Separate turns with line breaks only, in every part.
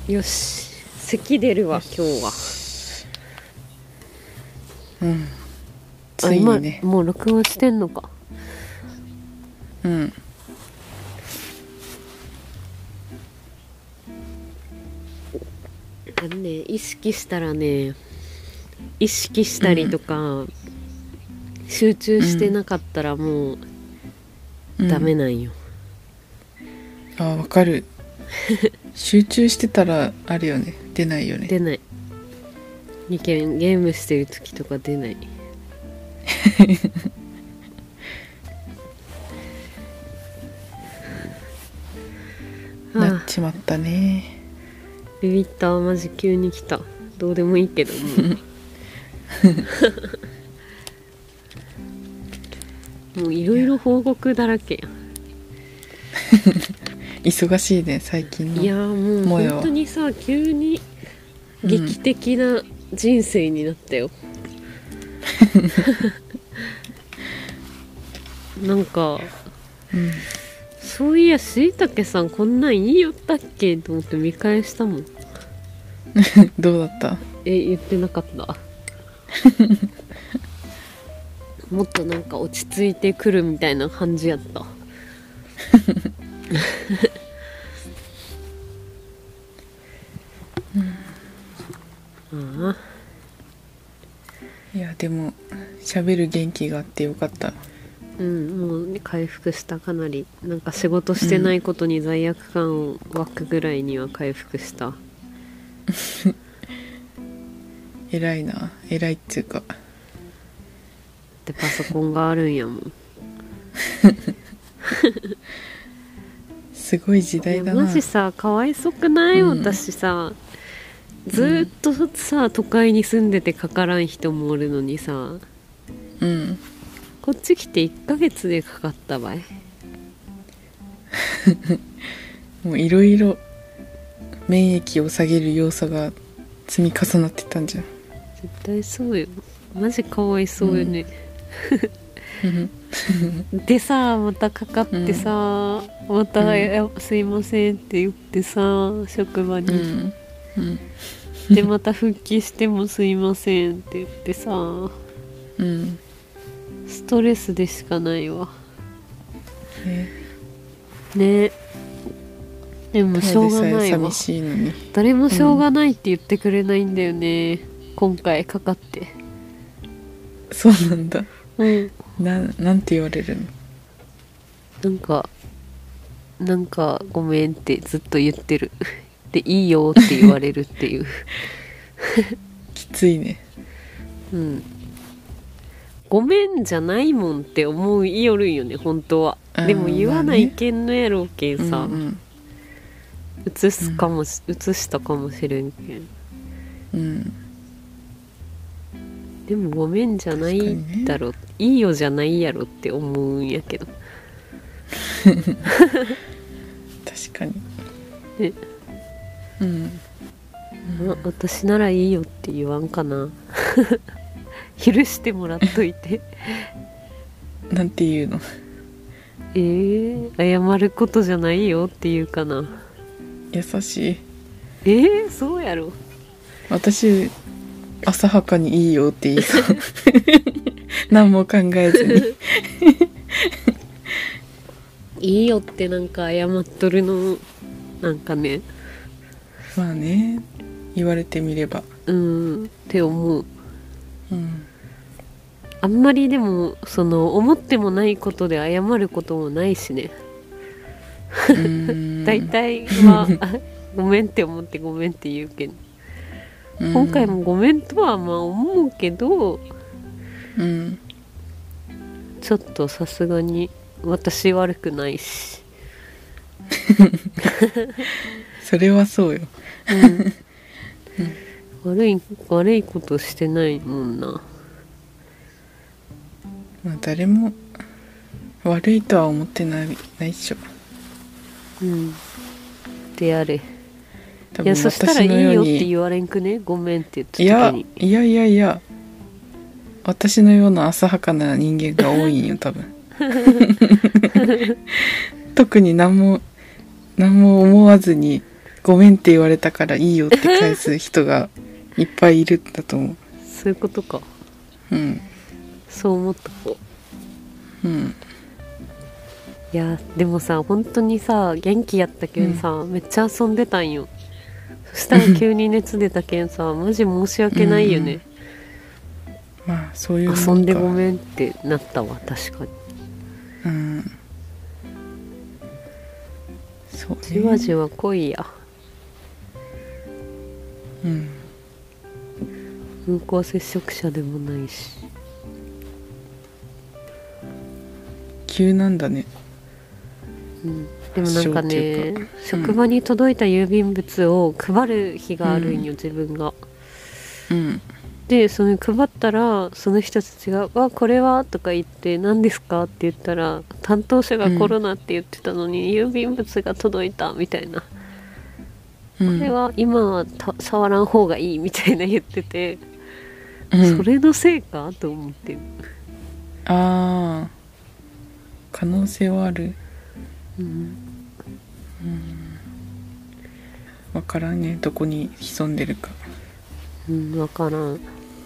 よし、咳出るわ今日は。
ついにね。
今もう録音してんのか。あのね、意識したりとか、集中してなかったらもうダメなんよ。
わかる。集中してたらあるよね、出ないよね。
出ない。ゲームしてる時とか出ない。
なっちまったね。
ビビった。マジ急に来た。どうでもいいけどももういろいろ報告だらけや。
忙しいね最近の。
いやもう本当にさ、急に劇的な人生になったよ、なんか、そういやしいたけさんこんなん言いよったっけと思って見返したもん。
どうだった？
言ってなかったもっとなんか落ち着いてくるみたいな感じやった
いやでも喋る元気があってよかった。
もう回復した。かなりなんか仕事してないことに罪悪感を湧くぐらいには回復した、
偉いな。偉いっていうか、
でパソコンがあるんやもん
すごい時代だな。
マジさ、かわいそくない？私さ、ずっとさ、都会に住んでてかからん人もおるのにさ、こっち来て1ヶ月でかかったばい
もういろいろ免疫を下げる要素が積み重なってたんじゃん。
絶対そうよ。マジかわいそうよね、でさ、またかかってさ、また、すいませんって言ってさ、職場に、でまた復帰してもすいませんって言ってさ、ストレスでしかないわね。でもしょうがないわ。
寂しいのに
誰もしょうがないって言ってくれないんだよね、今回かかって。
そうなんだ。なんて言われるの？
なんかごめんってずっと言ってるで、いいよって言われるっていう
きついね。
ごめんじゃないもんって思いよるんよね本当は。でも言わないけんのやろうけんさ、移したかもしれんけん、でもごめんじゃないだろ、いいよじゃないやろって思うんやけど
確かに
ね。私ならいいよって言わんかな許してもらっといて
なんて言うの？
謝ることじゃないよって言うかな。
優しい。
そうやろ。
私浅はかにいいよって言いそう何も考えず
にいいよってなんか謝っとるのなんかね、
まあね、言われてみれば
って思う。あんまりでもその思ってもないことで謝ることもないしねだいたいはごめんって思ってごめんって言うけど、今回もごめんとはまあ思うけど、ちょっとさすがに私悪くないし
それはそうよ、
悪いことしてないもんな。
まあ誰も悪いとは思ってないっしょ。
でやれ。いやそしたらいいよって言われんくね、ごめんって言った時に。
いや私のような浅はかな人間が多いんよ多分特に何も思わずにごめんって言われたからいいよって返す人がいっぱいいるんだと思う。
そういうことか。
うん。
そう思った子。
うん。
いやでもさ本当にさ元気やったけんさ、めっちゃ遊んでたんよ。そしたら急に熱出たけんさマジ申し訳ないよね。
まあそういうもんか。
遊んでごめんってなったわ確かに。
うん。そうね。
じわじわ来いや。
うん。
濃厚接触者でもないし。
急なんだね。
うん、でもなんかね、職場に届いた郵便物を配る日があるんよ、自分が。
うん。
でそれ配ったらその人たちが「わこれは?」とか言って「何ですか?」って言ったら担当者がコロナって言ってたのに、郵便物が届いたみたいな、これは今は触らん方がいいみたいな言ってて、それのせいかと思ってる。
ああ可能性はある。分からんね、どこに潜んでるか。
分からん。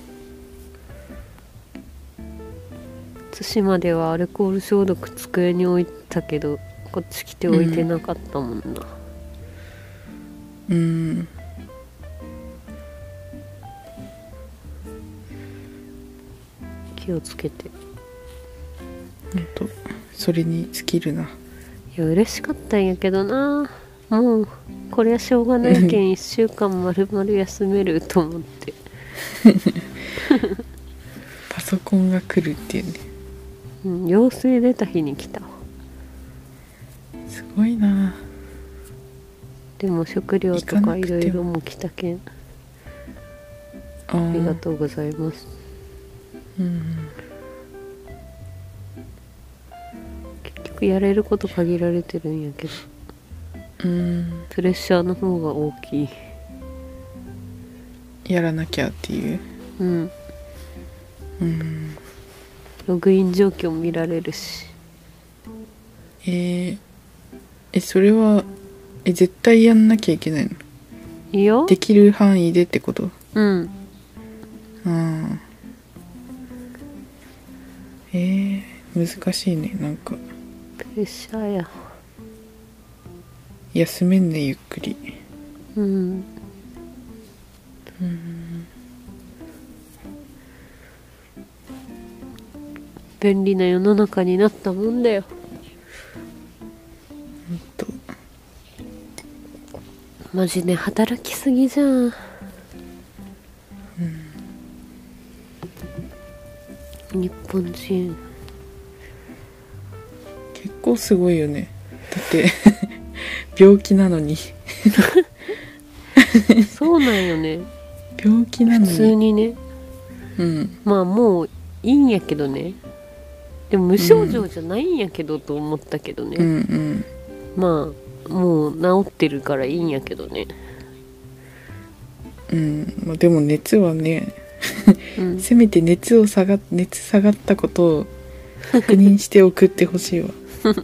対馬ではアルコール消毒机に置いたけどこっち来て置いてなかったもんな。気をつけて。
ほんとそれに尽きるな。
いや嬉しかったんやけどな。もうこれはしょうがないけん1週間まるまる休めると思って
パソコンが来るっていうね。
陽性出た日に来た。
すごいな。
でも食料とかいろいろも来たけんありがとうございます。結局やれること限られてるんやけど、プレッシャーの方が大きい。
やらなきゃっていう。
ログイン状況見られるし。
それは絶対やんなきゃいけないの？
いいよ。
できる範囲でってこと？
難
しいね。なんか
プレッシャーや。
休めんねゆっくり。
便利な世の中になったもんだよ。マジで働きすぎじゃん。日本人
結構すごいよね。だって病気なのに
そうなんよね。
病気なのに
普通にね。まあもういいんやけどね。でも無症状じゃないんやけどと思ったけどね。まあもう治ってるからいいんやけどね。
まあ、でも熱はねせめて熱下がったことを確認して送ってほしいわ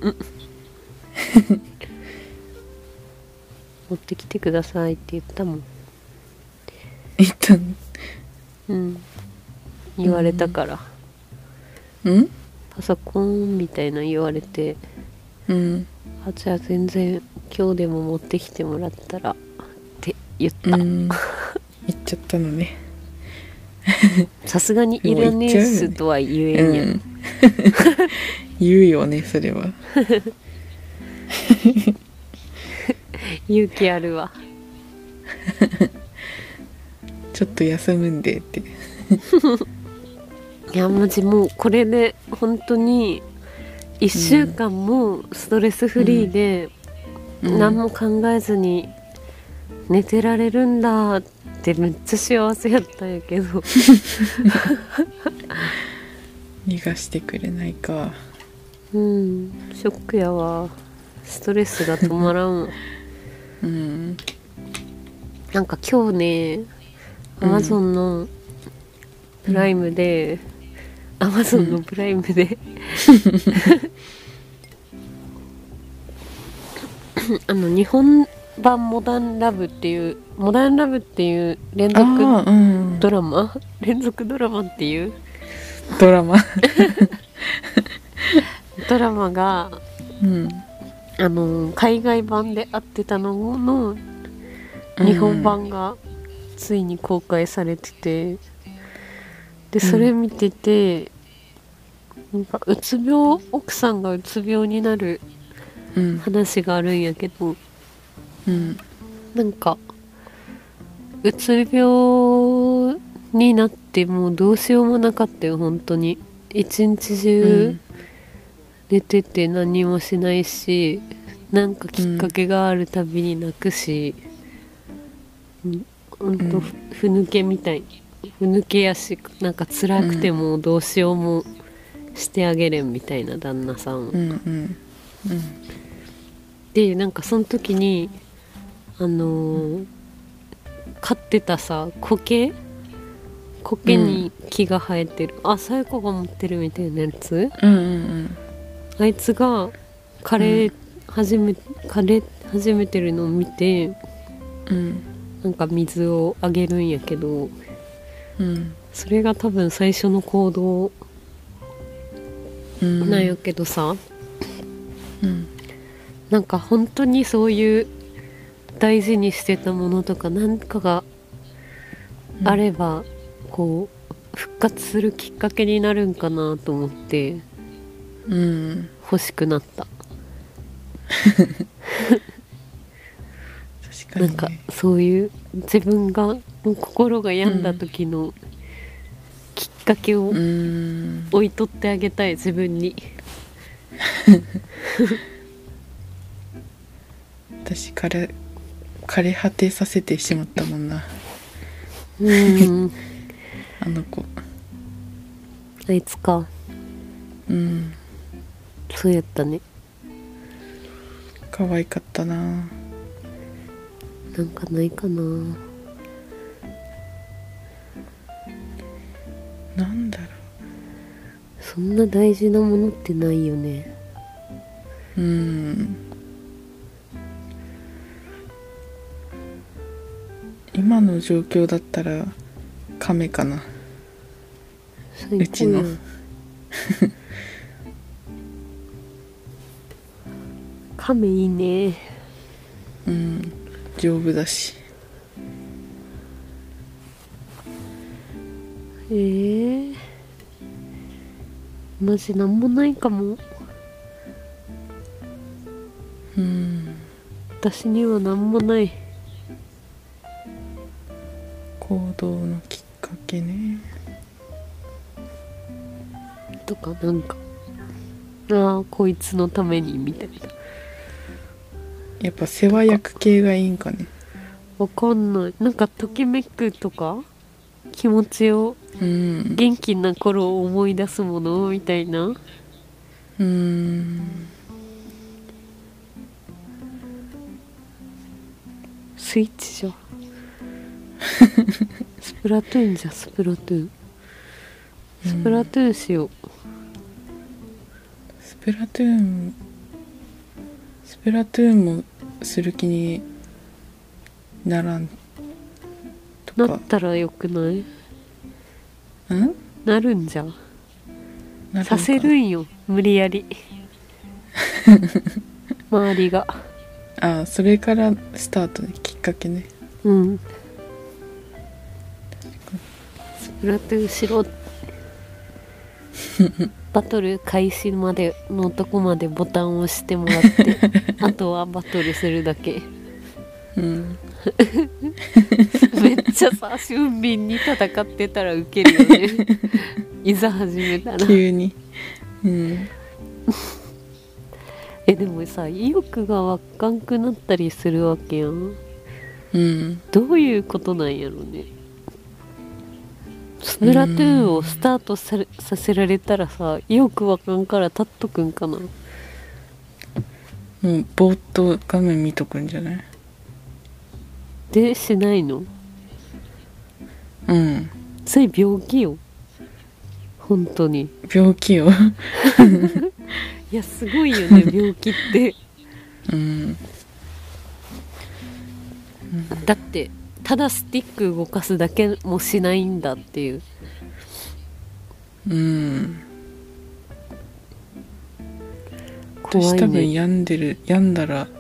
持ってきてくださいって言ったもん。
言った
の？言われたから。パソコンみたいな言われて、じゃあ全然今日でも持ってきてもらったらって言った。
言っちゃったのね。
さすがにいらねえすとは言えんやん。
言うよねそれは。
勇気あるわ。
ちょっと休むんでって
いやマジもうこれで本当に1週間もストレスフリーで何も考えずに寝てられるんだってめっちゃ幸せやったんやけど
逃がしてくれないか。
ショックやわ。ストレスが止まらんわ。なんか今日ねアマゾンのプライムで、日本版モダンラブっていう連続ドラマ、連続ドラマっていう
ドラマ
ドラマが、海外版であってたのの日本版がついに公開されてて、でそれ見てて、なんか奥さんがうつ病になる話があるんやけど、なんかうつ病になってもうどうしようもなかったよ。本当に一日中寝てて何もしないし、なんかきっかけがあるたびに泣くし、ほんとふぬけみたい、ふぬけやし、なんか辛くてもどうしようもしてあげれんみたいな旦那さん、でなんかその時に飼ってたさ苔に木が生えてる、さや子が持ってるみたいなやつ、あいつが枯れ始めてるのを見て、なんか水をあげるんやけど、それが多分最初の行動なんやけどさ、なんか本当にそういう大事にしてたものとかなんかがあれば、こう復活するきっかけになるんかなと思って、欲しくなった。
確かにね、
なんかそういう自分が心が病んだ時のきっかけを置いとってあげたい、自分に。
私枯れ果てさせてしまったもんなあの子、
あいつか。そうやったね。
可愛かったな。
なんかないかな。
なんだろう、
そんな大事なものってないよね。
今の状況だったら亀かな、うちの
亀いいね。
丈夫だし。
マジなんもないかも。私にはなんもない。
行動のきっかけね。
とかなんか、こいつのためにみたいな。
やっぱ世話焼く系がいいんかね。
わかんない。なんかときめくとか気持ちを、元気な頃を思い出すものみたいな。スイッチじゃスプラトゥーンじゃスプラトゥーンしよう。
スプラトゥーンもする気にならんとか。
なったらよくない？なるんじゃ。させるんよ、無理やり。周りが。
それからスタートね、きっかけね。
スプラトゥーンしろ。バトル開始までのとこまでボタンを押してもらってあとはバトルするだけ。めっちゃさ、俊敏に戦ってたらウケるよね。いざ始めたら
急に。
でもさ、意欲が湧かんくなったりするわけやん。どういうことなんやろね。スプラトゥーンをスタートさせられたらさ、意欲湧かんから立っとくんかな。
ぼーっと画面見とくんじゃない？
で、しないの？それ病気よ。本当に
病気よ。
いや、すごいよね、病気って。 だってただスティック動かすだけもしないんだっていう。怖いね。
私多分病んだら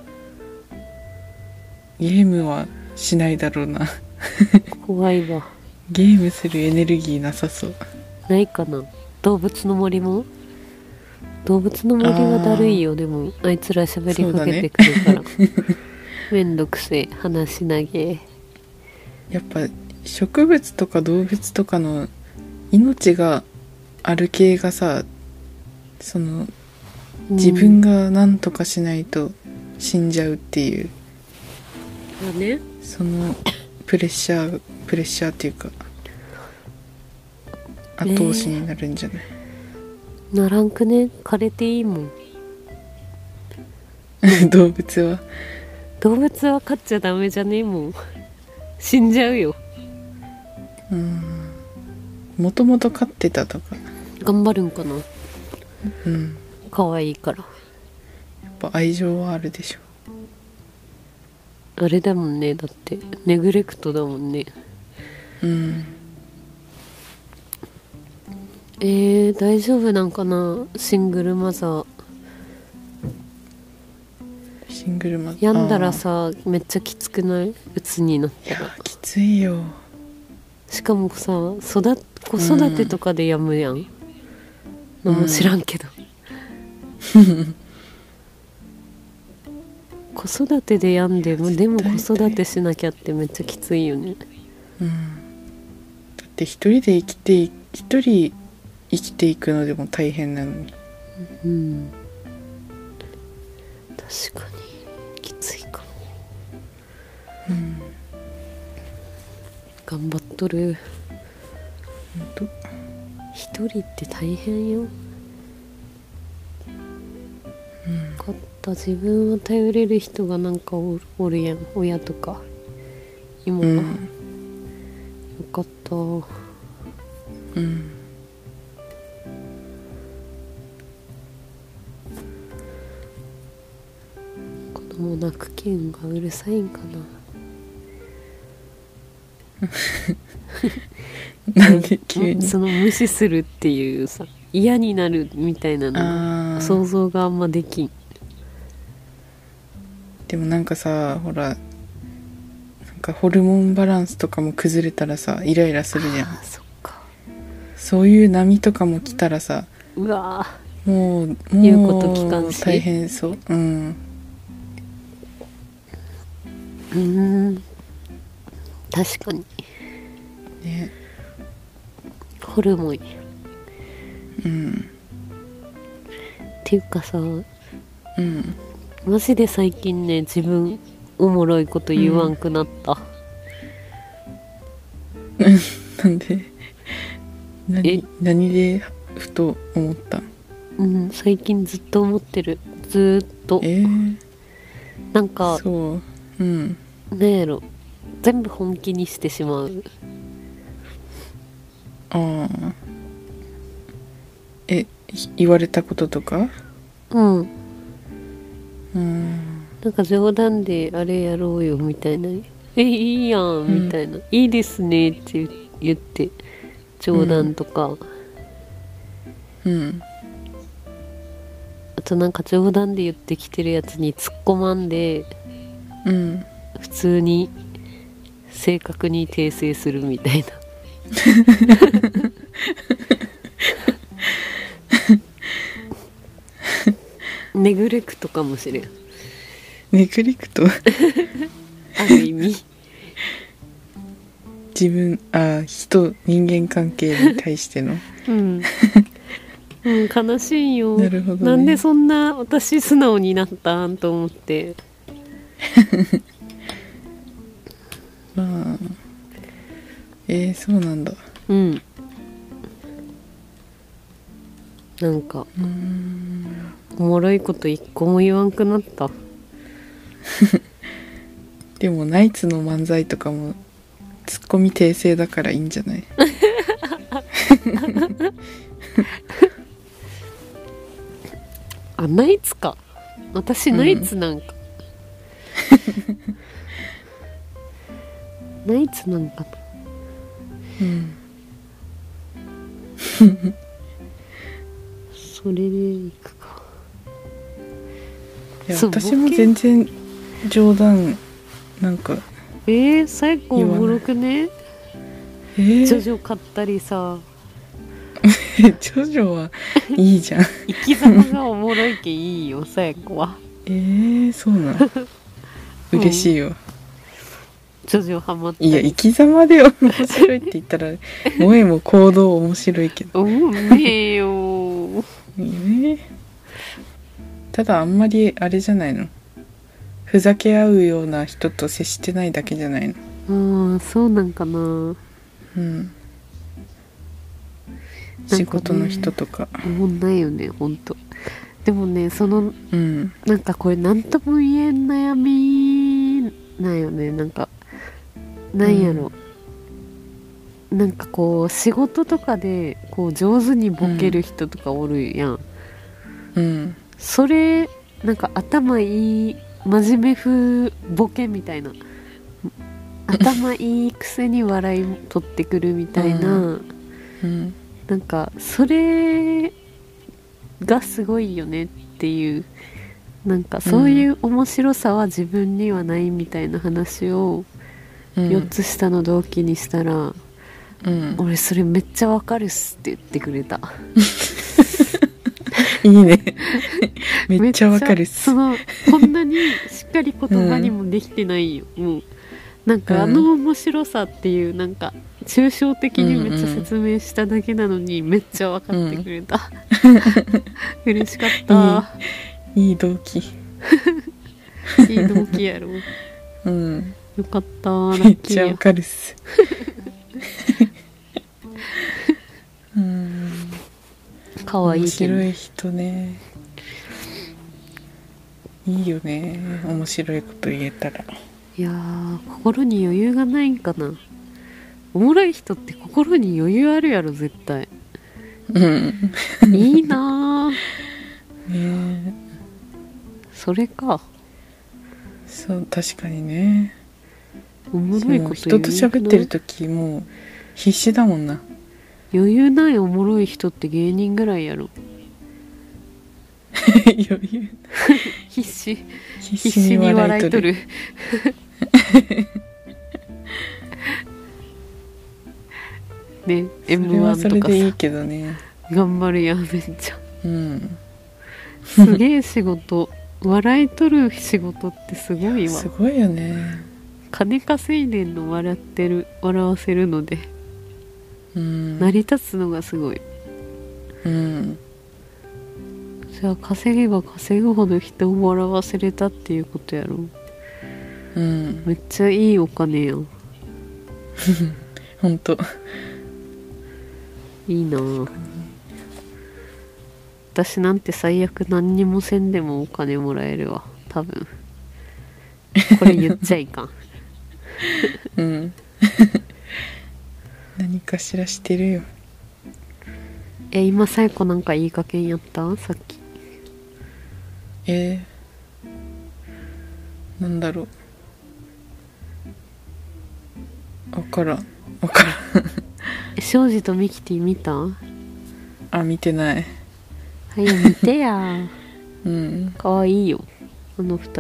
ゲームはしないだろうな。
怖いわ。
ゲームするエネルギーなさそう。
ないかな。動物の森も、動物の森はだるいよ。でもあいつら喋りかけてくるから、めんどくせえ、話し投げ。
やっぱ植物とか動物とかの命がある系がさ、その自分が何とかしないと死んじゃうっていう、
ね、
そのプレッシャーっていうか後押しになるんじゃない、
ならんくね。枯れていいもん。
動物は
飼っちゃダメじゃねえもん。死んじゃうよ。
もともと飼ってたとか。
頑張るんかな。
うん
可愛いから。
やっぱ愛情はあるでしょ。
あれだもんね。だってネグレクトだもんね。大丈夫なんかな。シングルマザー病んだらさ、めっちゃきつくない？鬱になったら。いや
きついよ。
しかもさ、子育てとかで病むやん、のも知らんけど、子育てで病んでも、でも子育てしなきゃってめっちゃきついよね。
だって一人生きていくのでも大変なのに。
確かにきついかも。頑張っとる。一人って大変よ。かった自分を頼れる人がなんかおるやん。親とか今が、よかった。子供泣くけんがうるさいんかな。
なんで急に
その無視するっていうさ、嫌になるみたいなの想像があんまできん。
でもなんかさ、ほらなんかホルモンバランスとかも崩れたらさ、イライラするじゃん。
そっか。
そういう波とかも来たらさ、
うわ
もう
言うこと聞かんし
大変そう。
確かに
ね。
ホルモンっていうかさ、マジで最近ね、自分おもろいこと言わんくなった、
なんで何でふと思った？
最近ずっと思ってる。ずっと、なんか
そう、
なんやろ、全部本気にしてしまう。
言われたこととか？
なんか冗談であれやろうよみたいな、いいやんみたいな、いいですねって言って冗談とか、あとなんか冗談で言ってきてるやつに突っ込まんで、普通に正確に訂正するみたいな。ネグレクトかもしれん。
ネグレクト
ある意味
人間関係に対しての
悲しいよ。
なるほどね。
なんでそんな私素直になったんと思って
まあそうなんだ。
なんかおもろいこと一個も言わんくなった
でもナイツの漫才とかもツッコミ訂正だからいいんじゃない？
ナイツか。私ナイツなんか、 ナイツなんかな。
うん
それでいくか。
いや私も全然冗談なんか
最高おもろくね。ジョジョ買ったりさ。
ジョジョはいいじゃん。
生き様がおもろいけいいよ最高は。
そうなの。嬉しいよ。
ジョジョハマった
いや生き様で面白いって言ったら萌えも行動面白いけど。
思うねえよ。
ただあんまりあれじゃないの、ふざけ合うような人と接してないだけじゃないの。
そうなんかな。
仕事の人とか
もうないよねほんと。でもねなんかこれ何とも言えん悩みなんよね。なんやろ、なんかこう仕事とかでこう上手にボケる人とかおるやん。それなんか頭いい真面目風ボケみたいな、頭いいくせに笑い取ってくるみたいな、なんかそれがすごいよねっていう、なんかそういう面白さは自分にはないみたいな話を4つ下の同期にしたら、俺それめっちゃわかるっすって言ってくれた。
いいね。めっちゃわかるっす。
こんなにしっかり言葉にもできてないよ、もうなんか面白さっていうなんか抽象的にめっちゃ説明しただけなのにめっちゃ分かってくれた。嬉しかった。
いい動機。
いい動機やろ。よかった。ラッキーや。
めっちゃわかるっす。かわいい。面白い人ね。いいよね。面白いこと言えたら。
いやー、心に余裕がないんかな。おもろい人って心に余裕あるやろ絶対。いいなー。それか。
そう確かにね。
おもろいこと
人と喋ってる時もう必死だもんな。
余裕ないおもろい人って芸人ぐらいやろ。
余裕
必死に笑いとる。ね、M1
それはそれでいいけどね。
頑張るやんめっちゃ。すげえ仕事。笑いとる仕事ってすごいわ。
すごいよね。
金稼いでんの笑わせるので、成り立つのがすごい。じゃあ稼げば稼ぐほど人を笑わせれたっていうことやろ。めっちゃいいお金やん。
ほんと
いいなぁ。私なんて最悪何にもせんでもお金もらえるわ多分。これ言っちゃいかん。
何かしらしてるよ。
今最後なんかいい加減やったさっき。
なんだろう。わからん
庄司とミキティ見た？
見てない。
はい見てや。かわいいよあの二人。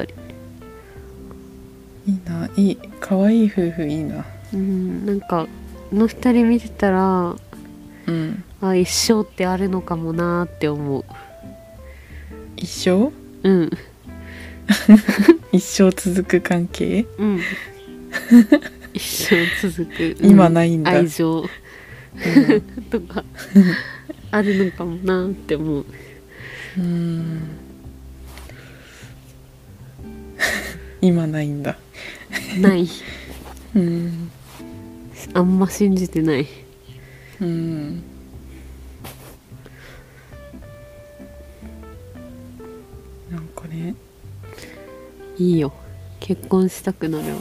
いいな、いい、かわいい夫婦いいな。
なんかあの二人見てたら、一生ってあるのかもなーって思う。
一生？一生続く関係？一生続く、 今ないんだ
愛情、とかあるのかもなって思う。
今ないんだ。
ない。あんま信じてない。
なんかね、
いいよ結婚したくなるわ。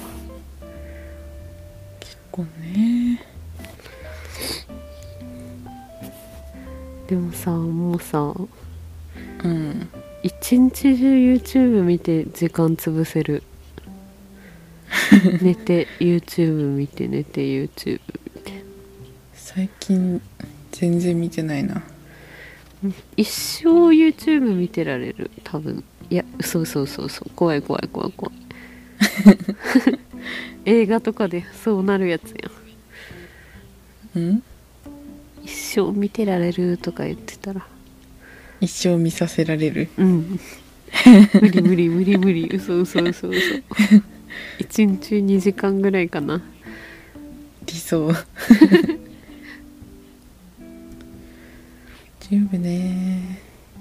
結婚ね。
でもさもうさ、一日中 YouTube 見て時間潰せる。 寝て YouTube 見て寝て YouTube 見て。
最近全然見てないな。
一生 YouTube 見てられる多分。いやそう怖い映画とかでそうなるやつやん。一生見てられるとか言ってたら
一生見させられる。
無理嘘一日2時間ぐらいかな。
理想。YouTube ね。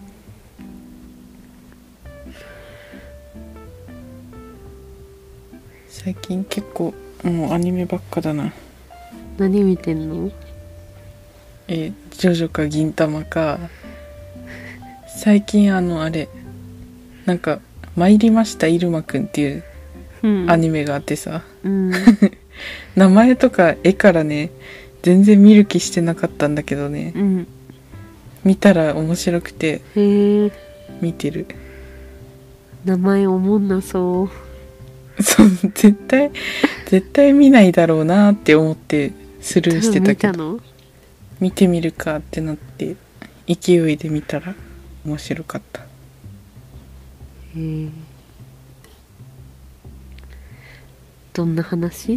最近結構もうアニメばっかだな。
何見てんの？
ジョジョか銀魂か。最近あれなんか参りました入間くんっていうアニメがあってさ、名前とか絵からね全然見る気してなかったんだけどね、見たら面白くて見てる。
名前おもんなそう。
そう絶対見ないだろうなって思ってスルーしてたけど、見てみるかってなって勢いで見たら面白かった。
どんな話？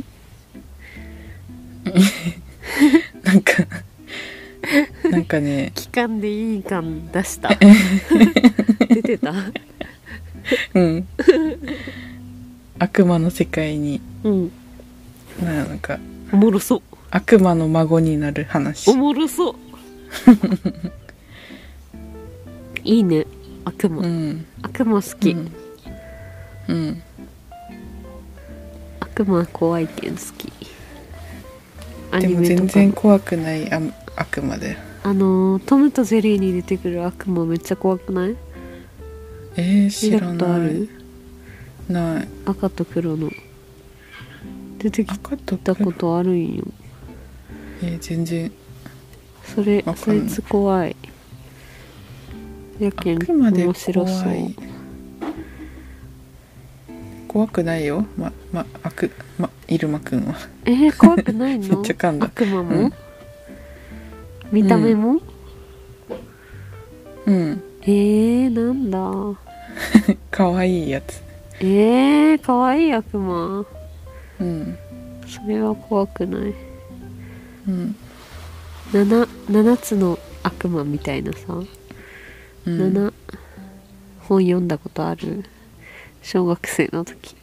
なんかね
期間でいい感出した。出てた？
悪魔の世界に、なんか
おもろそう。
悪魔の孫になる話。
おもろそう。いいね悪魔、悪魔好き、悪魔怖いけん好き。
でも全然怖くない悪魔だよ。
トムとジェリーに出てくる悪魔めっちゃ怖くない？
知ら
見たことあ
ない。
る？
ない。
赤と黒の出てきたことあるんよ。
全然
そいつ怖い。やけん
面
白そう。
怖くないよ。入間くんは。
怖くないの？
めっちゃ噛んだ。
悪魔も、見た目も？なんだ。
かわいいやつ。
かわいい悪魔。それは怖くない。7つの悪魔みたいなさ、7本読んだことある？小学生の時。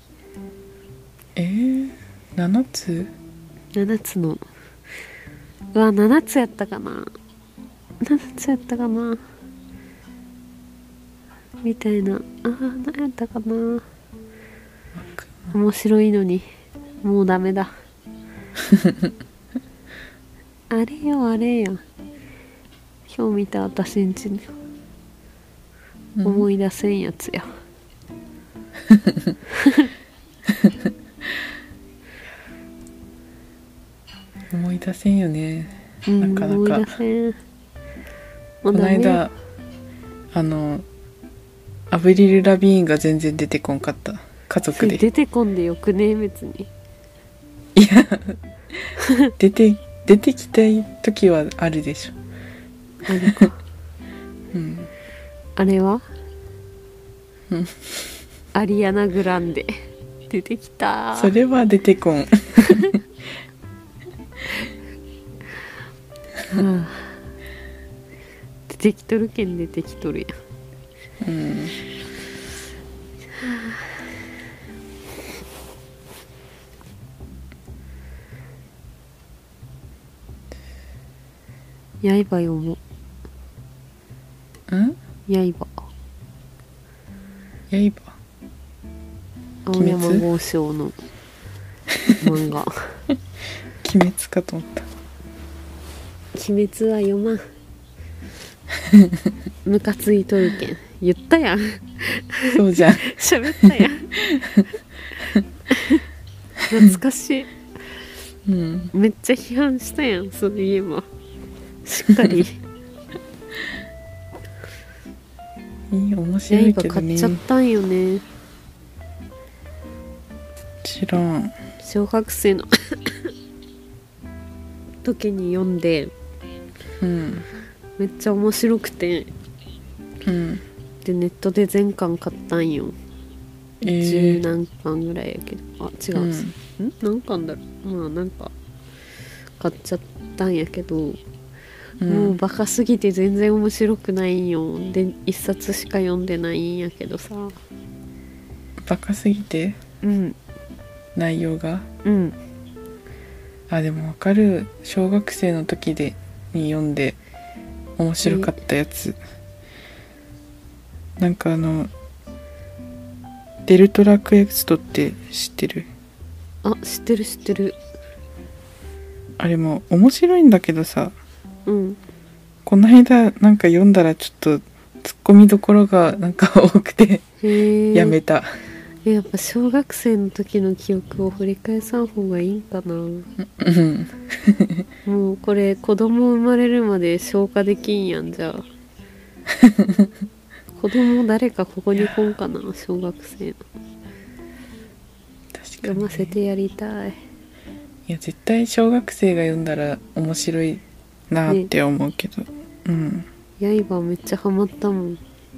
7つ
？7つの7つやったかなみたいな。何やったかな。面白いのにもうダメだ。あれや今日見た私んちに思い出せんやつや。
思い出せんよね、なかなか。
思い出せん。
この間アブリル・ラビーンが全然出てこんかった。家族で
出てこんでよくね別に。
いや出てきたい時はあるでしょ。
あれかあれはアリアナ・グランデ出てきた。
それは出てこん。
出てきとるけん出てきとるやん。刃読もう。刃青山剛昌の漫画。
鬼滅かと思った。
鬼滅は読まん。ムカついとるけん言ったやん。
そうじゃん。
喋ったやん。懐かしい。めっちゃ批判したやん。そういえばしっかり。
面白いけどね。
刃買っちゃったんよね。
知らん。
小学生の時に読んで、
うん、
めっちゃ面白くて、
うん、
でネットで全巻買ったんよ。10何巻ぐらいやけど、あ違う、何巻だろう、まあなんか買っちゃったんやけど、もうバカすぎて全然面白くないんよ。で1冊しか読んでないんやけどさ。
バカすぎて、
うん、
内容が、
うん、
あでもわかる。小学生の時に読んで面白かったやつ、なんかデルトラクエストって知ってる？
あ、知ってる知ってる。
あれも面白いんだけどさ、
うん、
この間なんか読んだらちょっとツッコミどころがなんか多くてやめた。
やっぱ小学生の時の記憶を掘り返さん方がいいんかな。もうこれ子供生まれるまで消化できんやん。じゃあ子供誰かここに来んかな、小学生の。
確かに、ね、
読ませてやりたい。
いや絶対小学生が読んだら面白いなって思うけど、ね、
刃めっちゃハマったもん。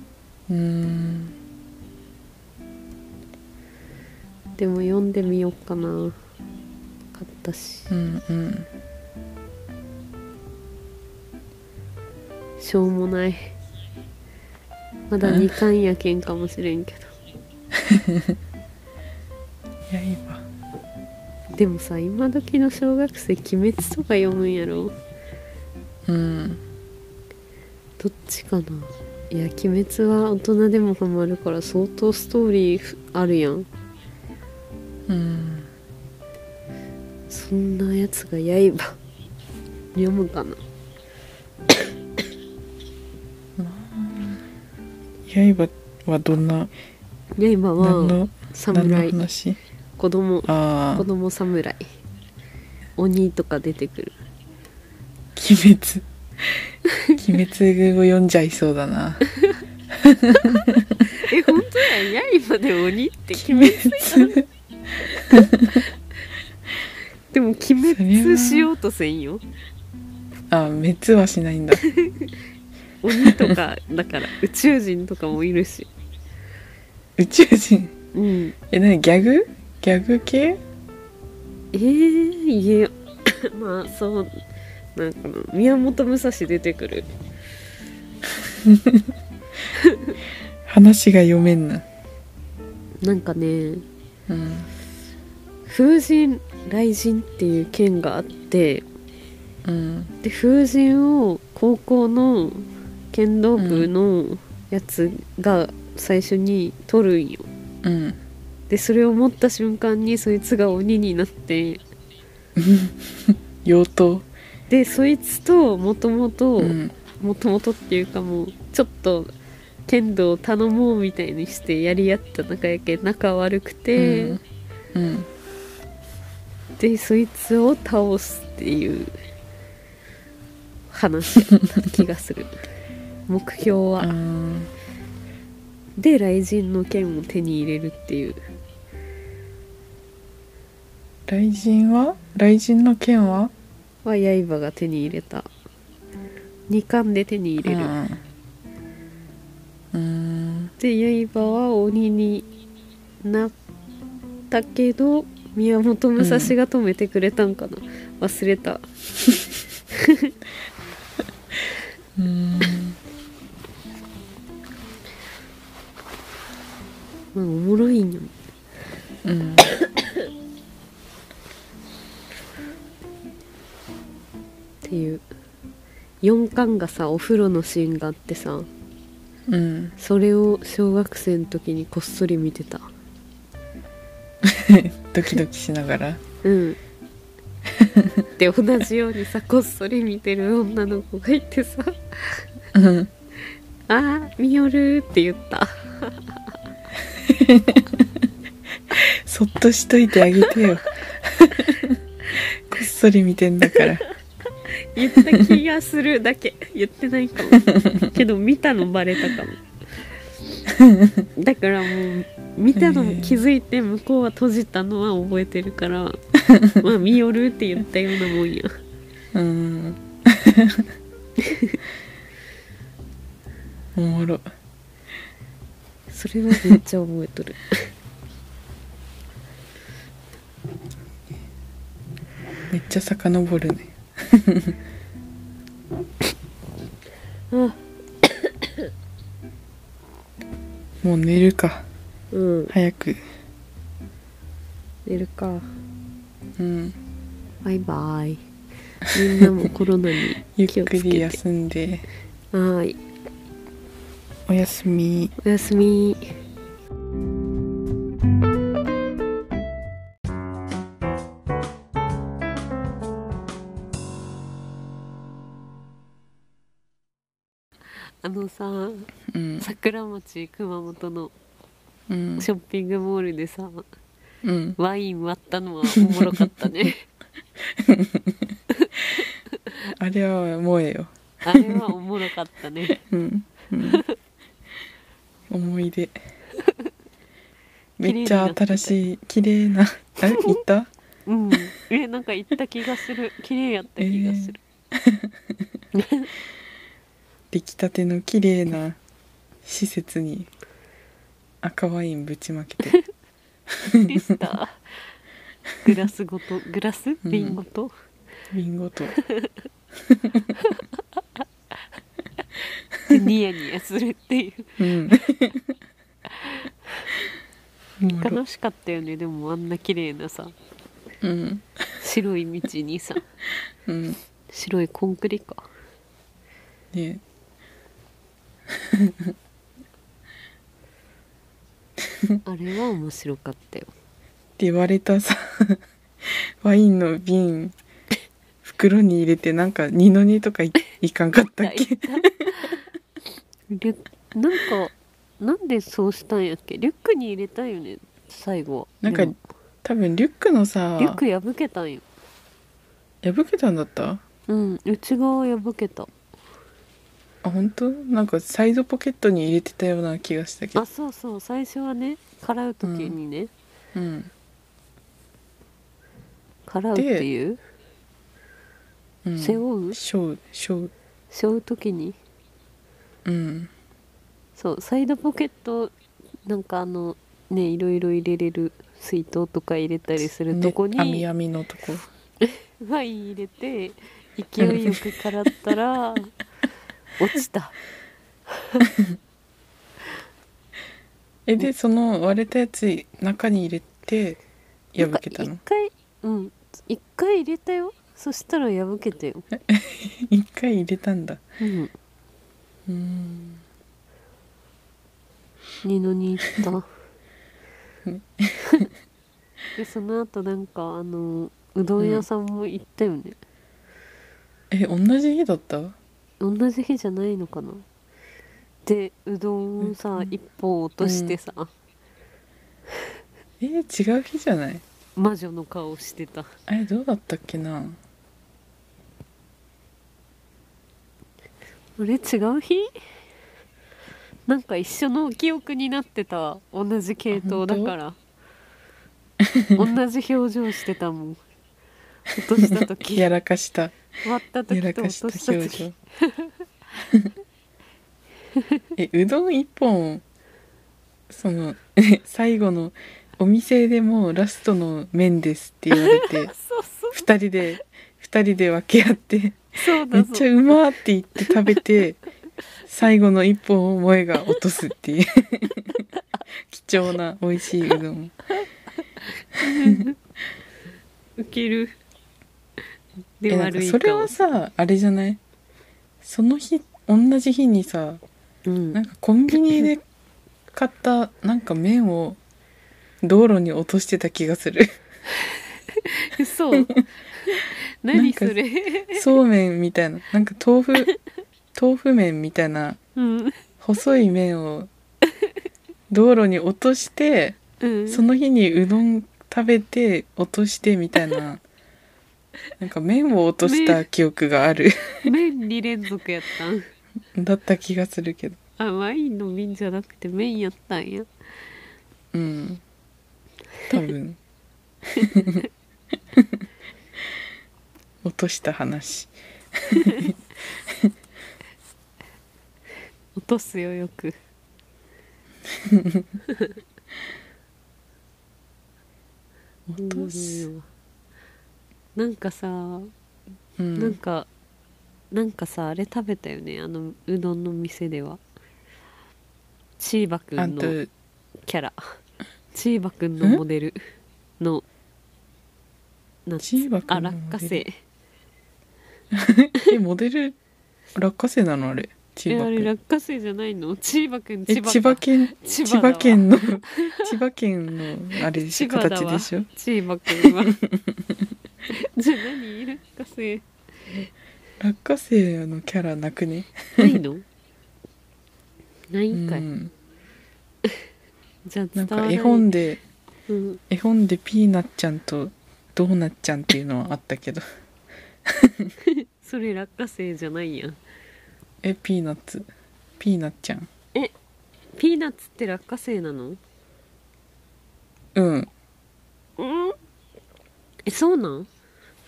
でも読んでみようかな。買ったし、しょうもない。まだ2巻やけんかもしれんけど刃でもさ、今時の小学生鬼滅とか読むんやろ。どっちかな。いや鬼滅は大人でもハマるから相当ストーリーあるやん。そんなやつが刃読むかな。
刃はどんな？
刃は侍、子供侍、鬼とか出てくる。
鬼滅を読んじゃいそうだな
本当や。刃で鬼って鬼滅でも鬼滅しようとせんよ。
滅はしないんだ
鬼とかだから宇宙人とかもいるし。
宇宙人？何ギャグ系？
いやまあそうなんかな、宮本武蔵出てくる
話が読めんな。
なんかね、風神雷神っていう剣があって、で風神を高校の剣道部のやつが最初に取るんよ。でそれを持った瞬間にそいつが鬼になって
妖刀
で、そいつともともとっていうかもうちょっと剣道を頼もうみたいにしてやり合った仲やけ仲悪くて、でそいつを倒すっていう話だった気がする目標は。で雷神の剣を手に入れるっていう。
雷神の剣は
刃が手に入れた。2巻で手に入れる。で刃は鬼になったけど宮本武蔵が止めてくれたんかな、忘れたまあおもろいんよ。っていう4巻がさお風呂のシーンがあってさ、それを小学生の時にこっそり見てた
ドキドキしながら
で同じようにさこっそり見てる女の子がいてさ見よるって言った
そっとしといてあげてよこっそり見てんだから
言った気がするだけ言ってないかもけど見たのバレたかもだからもう見たの気づいて向こうは閉じたのは覚えてるからまあ見よるって言ったようなもんや。
おもろ。
それはめっちゃ覚えとる
めっちゃ遡るね
あ
もう寝るか。
うん
早く。
寝るか。バイバイ。みんなもコロナに
ゆっ
気をつけて
くり休んで。
はーい。
おやすみ。
おやすみ。さ、桜町熊本のショッピングモールでさ、ワイン割ったのはおもろかったね
あれは萌えよ。
あれはおもろかったね
思い出めっちゃ新しい綺麗なあれ行った
なんか行った気がする。綺麗やった気がする、
出来たての綺麗な施設に赤ワインぶちまけて
でしたグラスごとグラス瓶ごと、
瓶ごと
でニヤニヤするっていう、悲しかったよね。でもあんな綺麗なさ、白い道にさ、白いコンクリか
ね
あれは面白かったよ
って言われたさワインの瓶袋に入れてなんか二の二とか いかんかったっけ
なんかなんでそうしたんやっけ。リュックに入れたよね最後。
なんか多分リュックのさ
リュック破けたんよ。
破けたんだった。
内側破けた。
あ、本当？なんかサイドポケットに入れてたような気がしたけど。
あ、そうそう、最初はね、払う時にね、払うっていう、背負う
背
負う時に、そうサイドポケット、なんかね、いろいろ入れれる水筒とか入れたりするとこに、
網網のとこ
ワイン入れて勢いよく払ったら落ちた
でその割れたやつ中に入れて破けたの。
一回入れたよ。そしたら破けたよ
一回入れたんだ。
二のに行ったでその後なんかうどん屋さんも行ったよね、
同じ日だった？
同じ日じゃないのかな。でうどんをさ、一本落としてさ、
違う日じゃない？
魔女の顔してた。
どうだったっけな。
あれ違う日？なんか一緒の記憶になってた。同じ系統だから同じ表情してたもん。落とした時
やらかした
割った時と落とした時
うどん一本その最後のお店でもうラストの麺ですって言われて二人で分け合ってめっちゃうまーって言って食べて最後の一本を萌えが落とすっていう貴重な美味しいうどん
ウケる。
でなんかそれはさあれじゃない？その日同じ日にさ、なんかコンビニで買ったなんか麺を道路に落としてた気がする
そう何それ
そうめんみたいな、なんか豆腐麺みたいな、細い麺を道路に落として、その日にうどん食べて落としてみたいななんか麺を落とした記憶がある
麺2連続やったん
だった気がするけど。
ワインの瓶じゃなくて麺やったんや。
うん多分落とした話。
落とすよよく。
落とす。
なんかさ、
うん
なんかさ、あれ食べたよね、うどんの店では。チーバく
あんた
んのキャラ、チーバくんのモデルの
チーバくんの
落花
モデル
生。
モデル落花生なのあれ。チーバ
あれ
くん。
落花生じゃないの？チーバくん、
千葉県
千
千
葉だわ
葉県の千葉県のあれでしょ、
千葉だわ
形でしょ。
チーバくんは。じゃあ何落花生
落花生のキャラなくね。
ないの？ない
うん
かい。
ん
じゃあ
なんか
伝わらない。
絵本で
うん、
ピーナッちゃんとドーナッちゃんっていうのはあったけど
それ落花生じゃないやん。
ピーナッツピーナッちゃん。
ピーナッツって落花生なの？
うん
そうなん？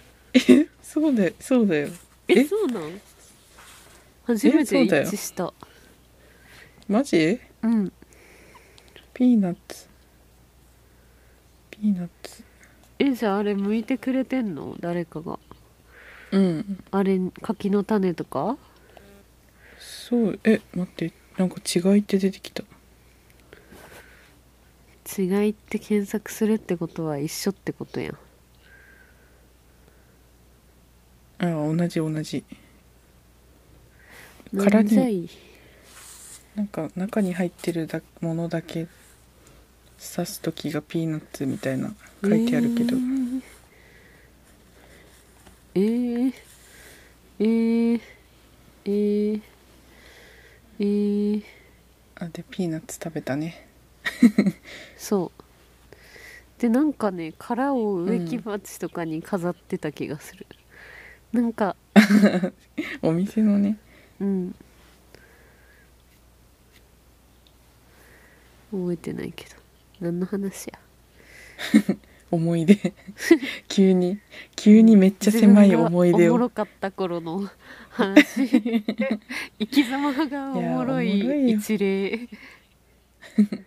そうだよ。
そうなん？初めて一致した。
マジ？
うん。
ピーナッツ
じゃああれ剥いてくれてんの？誰かが。
うん
あれ、柿の種とか？
そう待ってなんか違いって出てきた。
違いって検索するってことは一緒ってことやん。
同じ
なんじゃい。
なんか中に入ってるものだけ刺す時がピーナッツみたいな書いてあるけど、
えー、えー、えー、えー、
でピーナッツ食べたね。
そうで、なんかね、殻を植木鉢とかに飾ってた気がする、なんか
お店のね。
うん覚えてないけど何の話や。
思い出急にめっちゃ狭い思い出を。
自分がおもろかった頃の話。生き様がおもろい一例。